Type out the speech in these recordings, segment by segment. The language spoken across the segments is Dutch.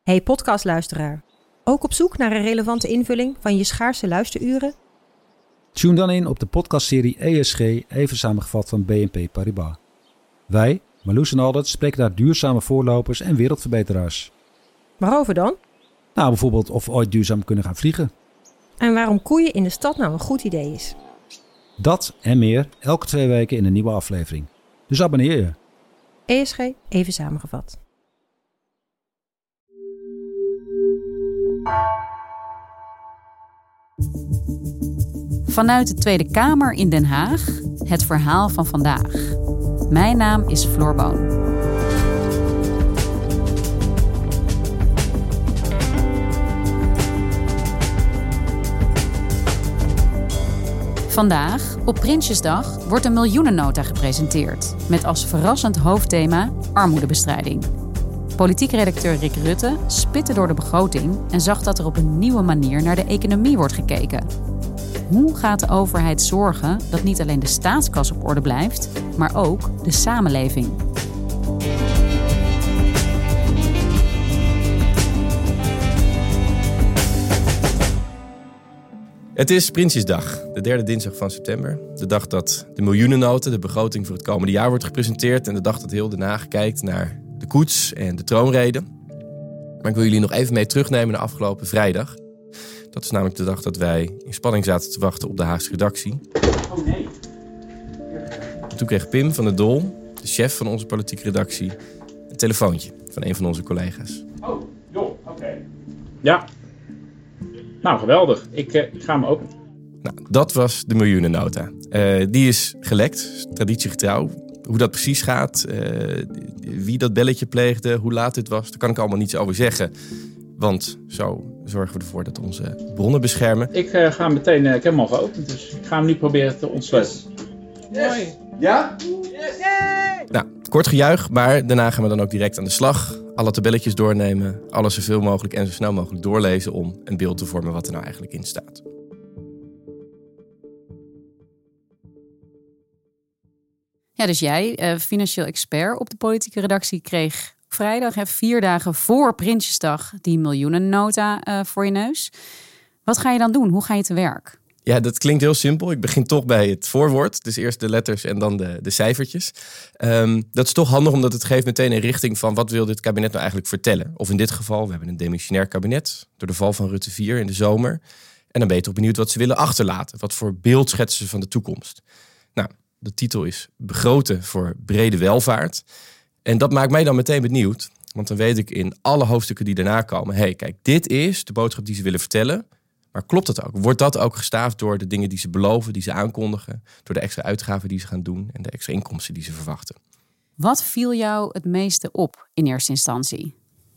Hey podcastluisteraar, ook op zoek naar een relevante invulling van je schaarse luisteruren? Tune dan in op de podcastserie ESG, even samengevat van BNP Paribas. Wij, Marloes en Aldert, spreken daar duurzame voorlopers en wereldverbeteraars. Waarover dan? Nou, bijvoorbeeld of we ooit duurzaam kunnen gaan vliegen. En waarom koeien in de stad nou een goed idee is? Dat en meer elke 2 weken in een nieuwe aflevering. Dus abonneer je. ESG, even samengevat. Vanuit de Tweede Kamer in Den Haag, het verhaal van vandaag. Mijn naam is Floor Boon. Vandaag, op Prinsjesdag, wordt een miljoenennota gepresenteerd. Met als verrassend hoofdthema armoedebestrijding. Politiek redacteur Rick Rutte spitte door de begroting en zag dat er op een nieuwe manier naar de economie wordt gekeken. Hoe gaat de overheid zorgen dat niet alleen de staatskas op orde blijft, maar ook de samenleving? Het is Prinsjesdag, de derde dinsdag van september. De dag dat de miljoenennota, de begroting voor het komende jaar, wordt gepresenteerd. En de dag dat heel Den Haag kijkt naar de koets en de troonrede. Maar ik wil jullie nog even mee terugnemen naar afgelopen vrijdag. Dat is namelijk de dag dat wij in spanning zaten te wachten op de Haagse redactie. Oh nee. En toen kreeg Pim van der Doel, de chef van onze politieke redactie, een telefoontje van een van onze collega's. Oh, joh, oké. Ja. Nou, geweldig. Ik ga hem openen. Nou, dat was de miljoenennota. Die is gelekt, traditiegetrouw. Hoe dat precies gaat, wie dat belletje pleegde, hoe laat dit was, daar kan ik allemaal niets over zeggen. Want zo zorgen we ervoor dat we onze bronnen beschermen. Ik ga hem meteen, ik heb hem al geopend, dus ik ga hem nu proberen te ontsluiten. Yes. Mooi. Ja? Yes. Nou, kort gejuich, maar daarna gaan we dan ook direct aan de slag. Alle tabelletjes doornemen, alles zoveel mogelijk en zo snel mogelijk doorlezen om een beeld te vormen wat er nou eigenlijk in staat. Ja, dus jij, financieel expert op de politieke redactie, kreeg vrijdag, 4 dagen voor Prinsjesdag, die miljoenennota voor je neus. Wat ga je dan doen? Hoe ga je te werk? Ja, dat klinkt heel simpel. Ik begin toch bij het voorwoord. Dus eerst de letters en dan de cijfertjes. Dat is toch handig, omdat het geeft meteen een richting van wat wil dit kabinet nou eigenlijk vertellen. Of in dit geval, we hebben een demissionair kabinet door de val van Rutte 4 in de zomer. En dan ben je toch benieuwd wat ze willen achterlaten. Wat voor beeld schetsen ze van de toekomst. Nou, de titel is Begroten voor brede welvaart. En dat maakt mij dan meteen benieuwd. Want dan weet ik in alle hoofdstukken die daarna komen, hey, kijk, dit is de boodschap die ze willen vertellen. Maar klopt dat ook? Wordt dat ook gestaafd door de dingen die ze beloven, die ze aankondigen? Door de extra uitgaven die ze gaan doen en de extra inkomsten die ze verwachten? Wat viel jou het meeste op in eerste instantie?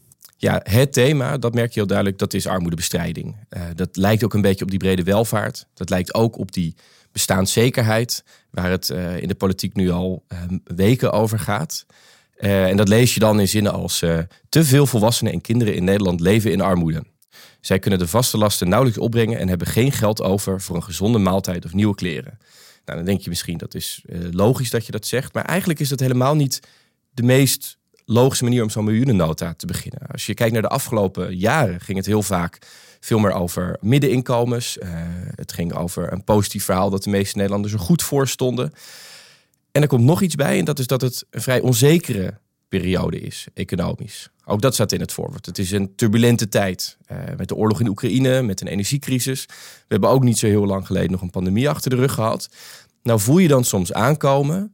Ja, het thema, dat merk je heel duidelijk, dat is armoedebestrijding. Dat lijkt ook een beetje op die brede welvaart. Dat lijkt ook op die bestaanszekerheid, waar het in de politiek nu al weken over gaat. En dat lees je dan in zinnen als te veel volwassenen en kinderen in Nederland leven in armoede. Zij kunnen de vaste lasten nauwelijks opbrengen en hebben geen geld over voor een gezonde maaltijd of nieuwe kleren. Nou, dan denk je misschien dat is logisch dat je dat zegt, maar eigenlijk is dat helemaal niet de meest logische manier om zo'n miljoenennota te beginnen. Als je kijkt naar de afgelopen jaren ging het heel vaak veel meer over middeninkomens. Het ging over een positief verhaal dat de meeste Nederlanders er goed voor stonden. En er komt nog iets bij en dat is dat het een vrij onzekere periode is, economisch. Ook dat staat in het voorwoord. Het is een turbulente tijd met de oorlog in Oekraïne, met een energiecrisis. We hebben ook niet zo heel lang geleden nog een pandemie achter de rug gehad. Nou voel je dan soms aankomen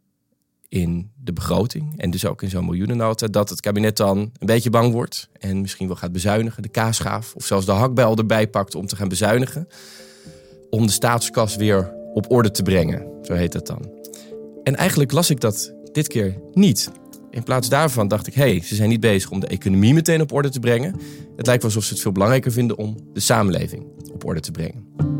in de begroting en dus ook in zo'n miljoenennota dat het kabinet dan een beetje bang wordt en misschien wel gaat bezuinigen, de kaasschaaf of zelfs de hakbijl erbij pakt om te gaan bezuinigen. Om de staatskas weer op orde te brengen, zo heet dat dan. En eigenlijk las ik dat dit keer niet. In plaats daarvan dacht ik, ze zijn niet bezig om de economie meteen op orde te brengen. Het lijkt wel alsof ze het veel belangrijker vinden om de samenleving op orde te brengen.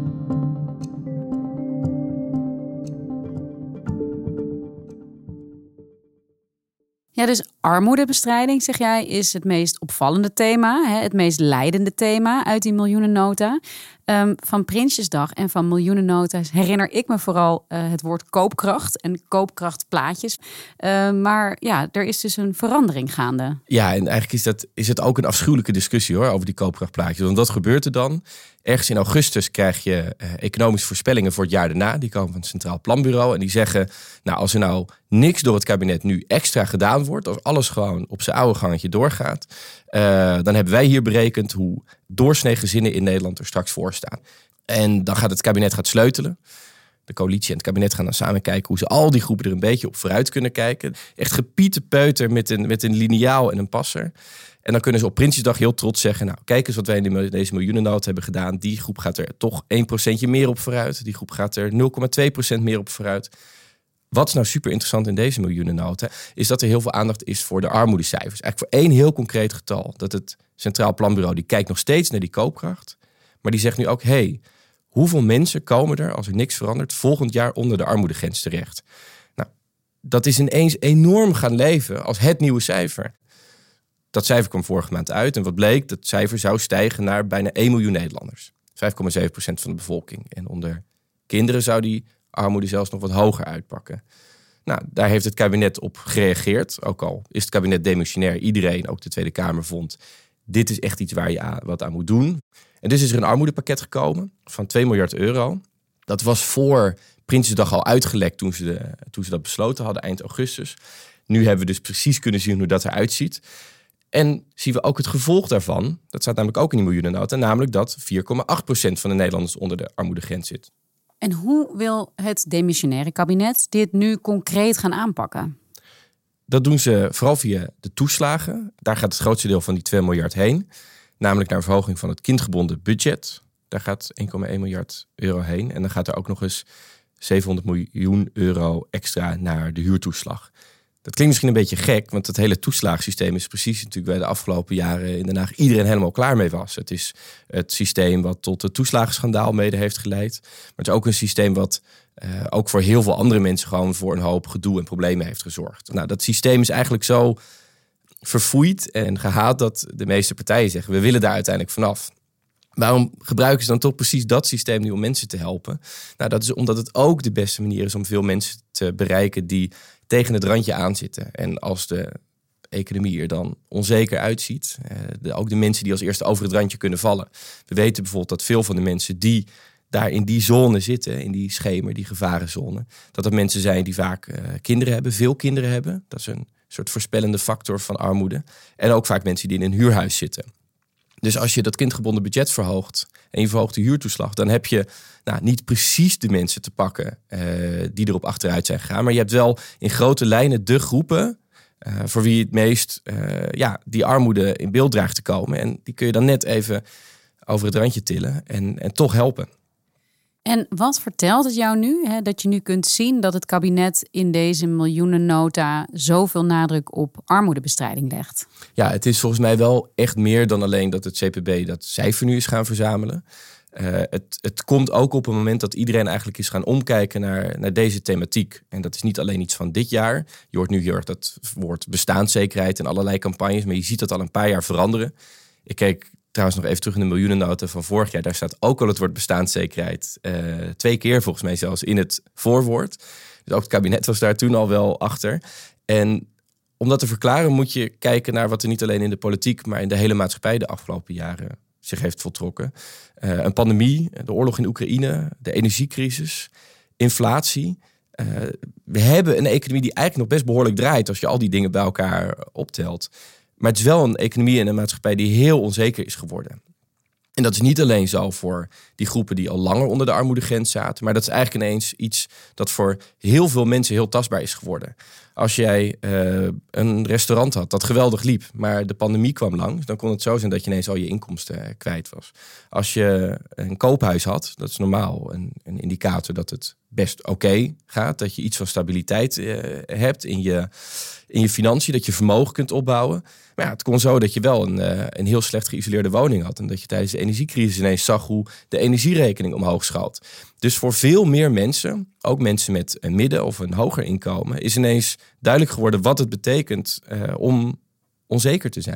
Ja, dus armoedebestrijding, zeg jij, is het meest opvallende thema. Het meest leidende thema uit die miljoenennota. Van Prinsjesdag en van miljoenennota's herinner ik me vooral het woord koopkracht en koopkrachtplaatjes. Maar ja, er is dus een verandering gaande. Ja, en eigenlijk is het ook een afschuwelijke discussie hoor, over die koopkrachtplaatjes. Want wat gebeurt er dan? Ergens in augustus krijg je economische voorspellingen voor het jaar daarna. Die komen van het Centraal Planbureau. En die zeggen, nou, als er nou niks door het kabinet nu extra gedaan wordt, als alles gewoon op zijn oude gangetje doorgaat, dan hebben wij hier berekend hoe doorsnee gezinnen in Nederland er straks voor staan. En dan gaat het kabinet sleutelen. De coalitie en het kabinet gaan dan samen kijken hoe ze al die groepen er een beetje op vooruit kunnen kijken. Echt gepietepeuter met een liniaal en een passer. En dan kunnen ze op Prinsjesdag heel trots zeggen, nou, kijk eens wat wij in deze miljoenennota hebben gedaan. Die groep gaat er toch 1% meer op vooruit. Die groep gaat er 0,2% meer op vooruit. Wat is nou super interessant in deze miljoenennota, is dat er heel veel aandacht is voor de armoedecijfers. Eigenlijk voor één heel concreet getal. Dat het Centraal Planbureau, die kijkt nog steeds naar die koopkracht. Maar die zegt nu ook, hoeveel mensen komen er, als er niks verandert, volgend jaar onder de armoedegrens terecht? Nou, dat is ineens enorm gaan leven als het nieuwe cijfer. Dat cijfer kwam vorige maand uit en wat bleek? Dat cijfer zou stijgen naar bijna 1 miljoen Nederlanders. 5,7% van de bevolking. En onder kinderen zou die armoede zelfs nog wat hoger uitpakken. Nou, daar heeft het kabinet op gereageerd. Ook al is het kabinet demissionair. Iedereen, ook de Tweede Kamer, vond, dit is echt iets waar je wat aan moet doen. En dus is er een armoedepakket gekomen van 2 miljard euro. Dat was voor Prinsjesdag al uitgelekt toen ze dat besloten hadden eind augustus. Nu hebben we dus precies kunnen zien hoe dat eruit ziet. En zien we ook het gevolg daarvan. Dat staat namelijk ook in die miljoenennota. Namelijk dat 4,8% van de Nederlanders onder de armoedegrens zit. En hoe wil het demissionaire kabinet dit nu concreet gaan aanpakken? Dat doen ze vooral via de toeslagen. Daar gaat het grootste deel van die 2 miljard heen. Namelijk naar een verhoging van het kindgebonden budget. Daar gaat 1,1 miljard euro heen. En dan gaat er ook nog eens 700 miljoen euro extra naar de huurtoeslag. Dat klinkt misschien een beetje gek, want het hele toeslagensysteem is precies natuurlijk bij de afgelopen jaren in Den Haag iedereen helemaal klaar mee was. Het is het systeem wat tot het toeslagenschandaal mede heeft geleid. Maar het is ook een systeem wat ook voor heel veel andere mensen gewoon voor een hoop gedoe en problemen heeft gezorgd. Nou, dat systeem is eigenlijk zo verfoeid en gehaat dat de meeste partijen zeggen, we willen daar uiteindelijk vanaf. Waarom gebruiken ze dan toch precies dat systeem nu om mensen te helpen? Nou, dat is omdat het ook de beste manier is om veel mensen te bereiken die tegen het randje aanzitten. En als de economie er dan onzeker uitziet, ook de mensen die als eerste over het randje kunnen vallen. We weten bijvoorbeeld dat veel van de mensen die daar in die zone zitten, in die schemer, die gevarenzone, dat mensen zijn die vaak kinderen hebben, veel kinderen hebben. Dat is een soort voorspellende factor van armoede. En ook vaak mensen die in een huurhuis zitten. Dus als je dat kindgebonden budget verhoogt en je verhoogt de huurtoeslag, dan heb je niet precies de mensen te pakken die erop achteruit zijn gegaan. Maar je hebt wel in grote lijnen de groepen voor wie het meest die armoede in beeld draagt te komen. En die kun je dan net even over het randje tillen en toch helpen. En wat vertelt het jou nu, dat je nu kunt zien dat het kabinet in deze miljoenennota zoveel nadruk op armoedebestrijding legt? Ja, het is volgens mij wel echt meer dan alleen dat het CPB dat cijfer nu is gaan verzamelen. Het komt ook op een moment dat iedereen eigenlijk is gaan omkijken naar deze thematiek. En dat is niet alleen iets van dit jaar. Je hoort nu heel erg dat woord bestaanszekerheid in allerlei campagnes, maar je ziet dat al een paar jaar veranderen. Ik keek trouwens nog even terug in de miljoenennota van vorig jaar. Daar staat ook al het woord bestaanszekerheid 2 keer volgens mij zelfs in het voorwoord. Dus ook het kabinet was daar toen al wel achter. En om dat te verklaren moet je kijken naar wat er niet alleen in de politiek, maar in de hele maatschappij de afgelopen jaren zich heeft voltrokken. Een pandemie, de oorlog in Oekraïne, de energiecrisis, inflatie. We hebben een economie die eigenlijk nog best behoorlijk draait als je al die dingen bij elkaar optelt. Maar het is wel een economie en een maatschappij die heel onzeker is geworden. En dat is niet alleen zo voor die groepen die al langer onder de armoedegrens zaten, maar dat is eigenlijk ineens iets dat voor heel veel mensen heel tastbaar is geworden. Als jij een restaurant had dat geweldig liep, maar de pandemie kwam langs, dan kon het zo zijn dat je ineens al je inkomsten kwijt was. Als je een koophuis had, dat is normaal een indicator dat het best oké gaat, dat je iets van stabiliteit hebt in je financiën, dat je vermogen kunt opbouwen. Maar ja, het kon zo dat je wel een heel slecht geïsoleerde woning had en dat je tijdens de energiecrisis ineens zag hoe de energierekening omhoog schoot. Dus voor veel meer mensen, ook mensen met een midden- of een hoger inkomen, is ineens duidelijk geworden wat het betekent om onzeker te zijn.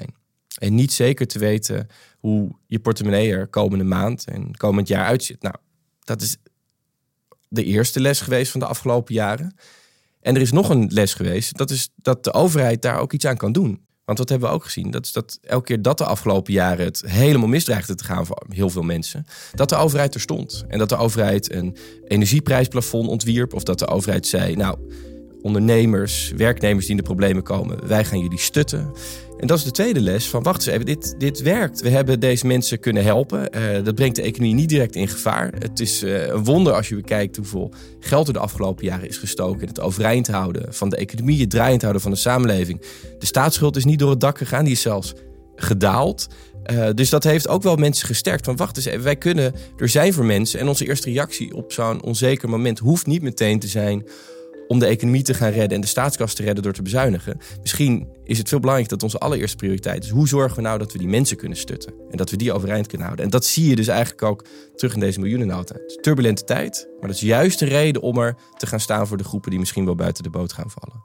En niet zeker te weten hoe je portemonnee er komende maand en komend jaar uitziet. Nou, dat is de eerste les geweest van de afgelopen jaren. En er is nog een les geweest. Dat is dat de overheid daar ook iets aan kan doen. Want wat hebben we ook gezien? Dat is dat elke keer dat de afgelopen jaren het helemaal misdreigde te gaan voor heel veel mensen. Dat de overheid er stond. En dat de overheid een energieprijsplafond ontwierp. Of dat de overheid zei, nou, ondernemers, werknemers die in de problemen komen, wij gaan jullie stutten. En dat is de tweede les van, wacht eens even, dit werkt. We hebben deze mensen kunnen helpen. Dat brengt de economie niet direct in gevaar. Het is een wonder als je bekijkt hoeveel geld er de afgelopen jaren is gestoken in het overeind houden van de economie, het draaiend houden van de samenleving. De staatsschuld is niet door het dak gegaan, die is zelfs gedaald. Dus dat heeft ook wel mensen gesterkt. Van wacht eens even, wij kunnen er zijn voor mensen. En onze eerste reactie op zo'n onzeker moment hoeft niet meteen te zijn om de economie te gaan redden en de staatskas te redden door te bezuinigen. Misschien is het veel belangrijker dat onze allereerste prioriteit is, hoe zorgen we nou dat we die mensen kunnen stutten? En dat we die overeind kunnen houden. En dat zie je dus eigenlijk ook terug in deze miljoenennota. Het is een turbulente tijd, maar dat is juist een reden om er te gaan staan voor de groepen die misschien wel buiten de boot gaan vallen.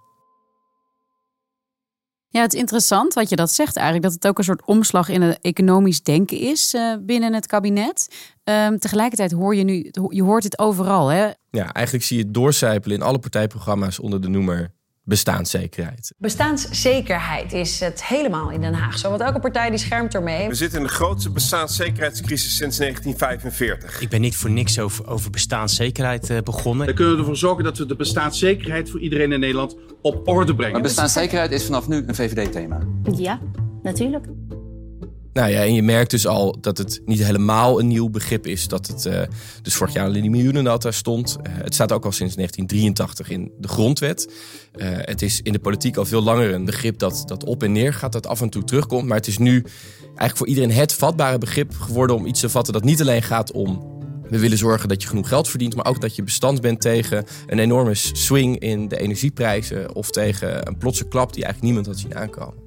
Ja, het is interessant wat je dat zegt eigenlijk. Dat het ook een soort omslag in het economisch denken is binnen het kabinet. Tegelijkertijd je hoort het overal. Hè? Ja, eigenlijk zie je het doorcijpelen in alle partijprogramma's onder de noemer bestaanszekerheid. Bestaanszekerheid is het helemaal in Den Haag zo. Want elke partij die schermt ermee. We zitten in de grootste bestaanszekerheidscrisis sinds 1945. Ik ben niet voor niks over bestaanszekerheid begonnen. Dan kunnen we ervoor zorgen dat we de bestaanszekerheid voor iedereen in Nederland op orde brengen. Maar bestaanszekerheid is vanaf nu een VVD-thema. Ja, natuurlijk. Nou ja, en je merkt dus al dat het niet helemaal een nieuw begrip is. Dat het dus vorig jaar in die miljoenennota stond. Het staat ook al sinds 1983 in de grondwet. Het is in de politiek al veel langer een begrip dat op en neer gaat. Dat af en toe terugkomt. Maar het is nu eigenlijk voor iedereen het vatbare begrip geworden om iets te vatten dat niet alleen gaat om, we willen zorgen dat je genoeg geld verdient, maar ook dat je bestand bent tegen een enorme swing in de energieprijzen of tegen een plotse klap die eigenlijk niemand had zien aankomen.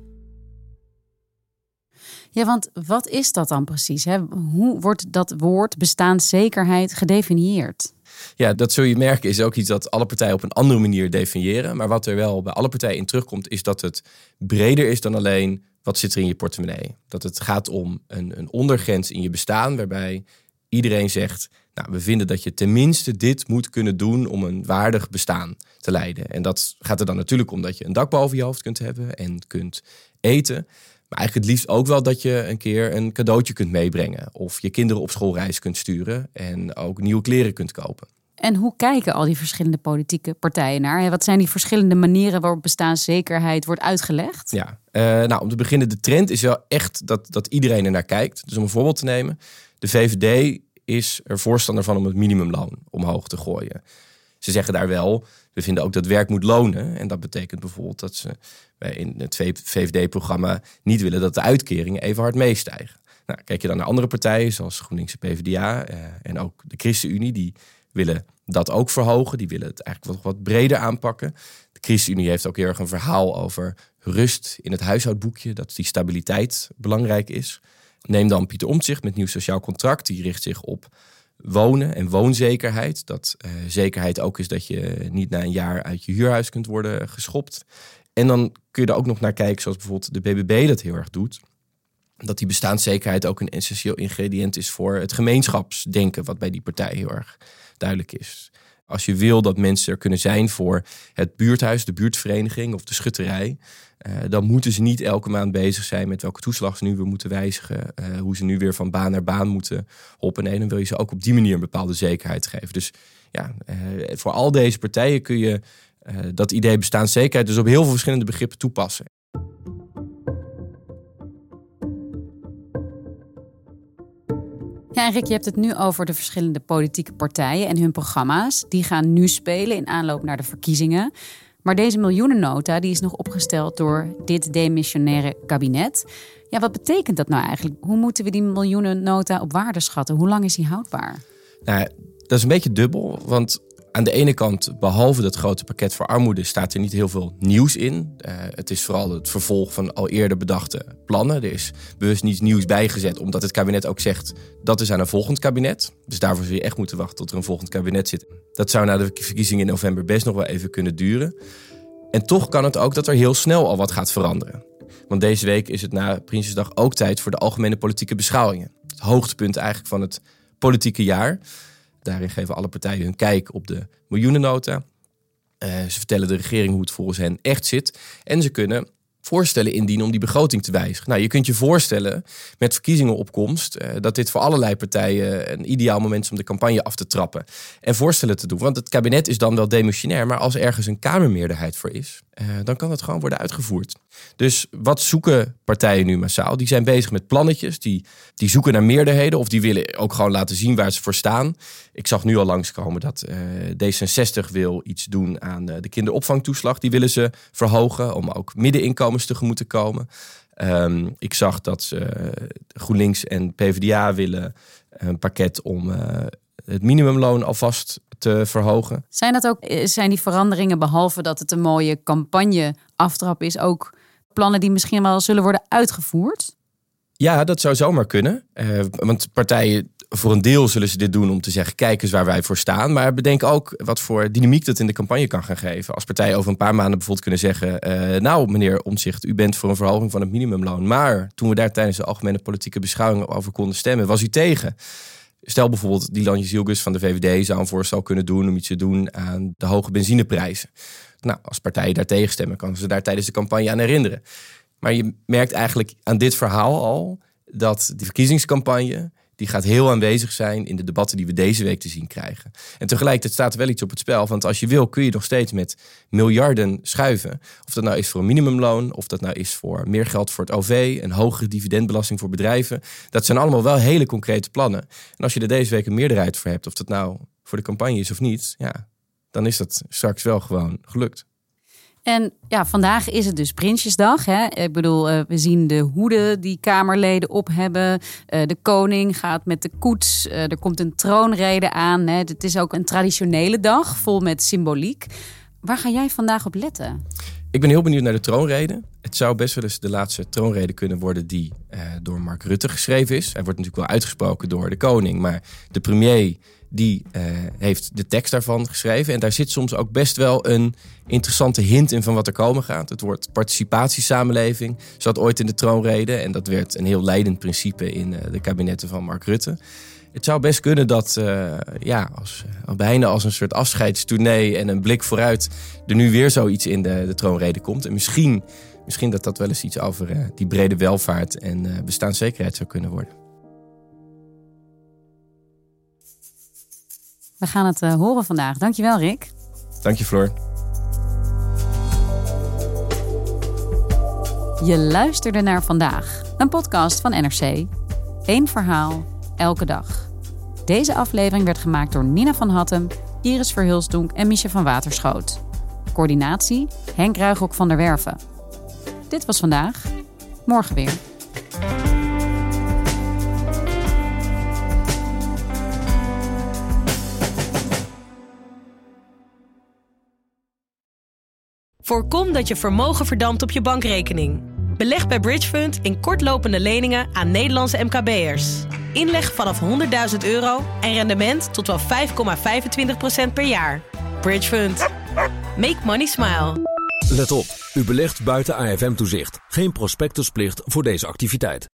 Ja, want wat is dat dan precies? Hè? Hoe wordt dat woord bestaanszekerheid gedefinieerd? Ja, dat zul je merken is ook iets dat alle partijen op een andere manier definiëren. Maar wat er wel bij alle partijen in terugkomt is dat het breder is dan alleen wat zit er in je portemonnee. Dat het gaat om een ondergrens in je bestaan waarbij iedereen zegt, nou, we vinden dat je tenminste dit moet kunnen doen om een waardig bestaan te leiden. En dat gaat er dan natuurlijk om dat je een dak boven je hoofd kunt hebben en kunt eten. Maar eigenlijk het liefst ook wel dat je een keer een cadeautje kunt meebrengen. Of je kinderen op schoolreis kunt sturen en ook nieuwe kleren kunt kopen. En hoe kijken al die verschillende politieke partijen naar? Wat zijn die verschillende manieren waarop bestaanszekerheid wordt uitgelegd? Ja, nou om te beginnen, de trend is wel echt dat iedereen er naar kijkt. Dus om een voorbeeld te nemen, de VVD is er voorstander van om het minimumloon omhoog te gooien. Ze zeggen daar wel, we vinden ook dat werk moet lonen. En dat betekent bijvoorbeeld dat ze in het VVD-programma niet willen dat de uitkeringen even hard meestijgen. Nou, kijk je dan naar andere partijen, zoals GroenLinks en PvdA en ook de ChristenUnie, die willen dat ook verhogen. Die willen het eigenlijk wat breder aanpakken. De ChristenUnie heeft ook heel erg een verhaal over rust in het huishoudboekje, dat die stabiliteit belangrijk is. Neem dan Pieter Omtzigt met Nieuw Sociaal Contract. Die richt zich op wonen en woonzekerheid. Dat zekerheid ook is dat je niet na een jaar uit je huurhuis kunt worden geschopt. En dan kun je er ook nog naar kijken, zoals bijvoorbeeld de BBB dat heel erg doet. Dat die bestaanszekerheid ook een essentieel ingrediënt is voor het gemeenschapsdenken, wat bij die partij heel erg duidelijk is. Als je wil dat mensen er kunnen zijn voor het buurthuis, de buurtvereniging of de schutterij, dan moeten ze niet elke maand bezig zijn met welke toeslag ze nu weer moeten wijzigen, hoe ze nu weer van baan naar baan moeten hoppen. Nee, dan wil je ze ook op die manier een bepaalde zekerheid geven. Dus ja, voor al deze partijen kun je dat idee bestaanszekerheid dus op heel veel verschillende begrippen toepassen. Ja, Rick, je hebt het nu over de verschillende politieke partijen en hun programma's. Die gaan nu spelen in aanloop naar de verkiezingen. Maar deze miljoenennota die is nog opgesteld door dit demissionaire kabinet. Ja, wat betekent dat nou eigenlijk? Hoe moeten we die miljoenennota op waarde schatten? Hoe lang is die houdbaar? Nou, dat is een beetje dubbel, want aan de ene kant, behalve dat grote pakket voor armoede, staat er niet heel veel nieuws in. Het is vooral het vervolg van al eerder bedachte plannen. Er is bewust niets nieuws bijgezet, omdat het kabinet ook zegt, dat is aan een volgend kabinet. Dus daarvoor zul je echt moeten wachten tot er een volgend kabinet zit. Dat zou na de verkiezingen in november best nog wel even kunnen duren. En toch kan het ook dat er heel snel al wat gaat veranderen. Want deze week is het na Prinsjesdag ook tijd voor de algemene politieke beschouwingen. Het hoogtepunt eigenlijk van het politieke jaar. Daarin geven alle partijen hun kijk op de miljoenennota. Ze vertellen de regering hoe het volgens hen echt zit. En ze kunnen voorstellen indienen om die begroting te wijzigen. Nou, je kunt je voorstellen met verkiezingenopkomst dat dit voor allerlei partijen een ideaal moment is om de campagne af te trappen en voorstellen te doen. Want het kabinet is dan wel demissionair, maar als ergens een kamermeerderheid voor is, dan kan dat gewoon worden uitgevoerd. Dus wat zoeken partijen nu massaal? Die zijn bezig met plannetjes, die zoeken naar meerderheden of die willen ook gewoon laten zien waar ze voor staan. Ik zag nu al langskomen dat D66 wil iets doen aan de kinderopvangtoeslag. Die willen ze verhogen om ook middeninkomens tegemoet te komen. Ik zag dat GroenLinks en PvdA willen een pakket om het minimumloon alvast te verhogen. Zijn die veranderingen, behalve dat het een mooie campagne-aftrap is, ook plannen die misschien wel zullen worden uitgevoerd? Ja, dat zou zomaar kunnen. Want partijen, voor een deel zullen ze dit doen om te zeggen, kijk eens waar wij voor staan. Maar bedenk ook wat voor dynamiek dat in de campagne kan gaan geven. Als partijen over een paar maanden bijvoorbeeld kunnen zeggen, nou meneer Omtzigt, u bent voor een verhoging van het minimumloon. Maar toen we daar tijdens de algemene politieke beschouwingen over konden stemmen, was u tegen. Stel bijvoorbeeld Dylan Jezielgus van de VVD zou een voorstel kunnen doen om iets te doen aan de hoge benzineprijzen. Nou, als partijen daar tegen stemmen, kan ze daar tijdens de campagne aan herinneren. Maar je merkt eigenlijk aan dit verhaal al dat die verkiezingscampagne, die gaat heel aanwezig zijn in de debatten die we deze week te zien krijgen. En tegelijkertijd staat er wel iets op het spel. Want als je wil, kun je nog steeds met miljarden schuiven. Of dat nou is voor een minimumloon, of dat nou is voor meer geld voor het OV, een hogere dividendbelasting voor bedrijven. Dat zijn allemaal wel hele concrete plannen. En als je er deze week een meerderheid voor hebt, of dat nou voor de campagne is of niet, ja, dan is dat straks wel gewoon gelukt. En ja, vandaag is het dus Prinsjesdag. Hè? Ik bedoel, we zien de hoeden die Kamerleden op hebben. De koning gaat met de koets. Er komt een troonrede aan. Hè? Het is ook een traditionele dag, vol met symboliek. Waar ga jij vandaag op letten? Ik ben heel benieuwd naar de troonrede. Het zou best wel eens de laatste troonrede kunnen worden die door Mark Rutte geschreven is. Hij wordt natuurlijk wel uitgesproken door de koning, maar de premier die heeft de tekst daarvan geschreven. En daar zit soms ook best wel een interessante hint in van wat er komen gaat. Het woord participatiesamenleving zat ooit in de troonrede. En dat werd een heel leidend principe in de kabinetten van Mark Rutte. Het zou best kunnen dat bijna als een soort afscheidstournee en een blik vooruit er nu weer zoiets in de troonrede komt. En misschien dat wel eens iets over die brede welvaart en bestaanszekerheid zou kunnen worden. We gaan het horen vandaag. Dankjewel, Rick. Dank je, Floor. Je luisterde naar Vandaag, een podcast van NRC. 1 verhaal, elke dag. Deze aflevering werd gemaakt door Nina van Hattem, Iris Verhulsdonk en Miesje van Waterschoot. Coördinatie Henk Ruigrok van der Werven. Dit was Vandaag. Morgen weer. Voorkom dat je vermogen verdampt op je bankrekening. Beleg bij Bridgefund in kortlopende leningen aan Nederlandse MKB'ers. Inleg vanaf €100.000 en rendement tot wel 5,25% per jaar. Bridgefund. Make money smile. Let op, u belegt buiten AFM-toezicht. Geen prospectusplicht voor deze activiteit.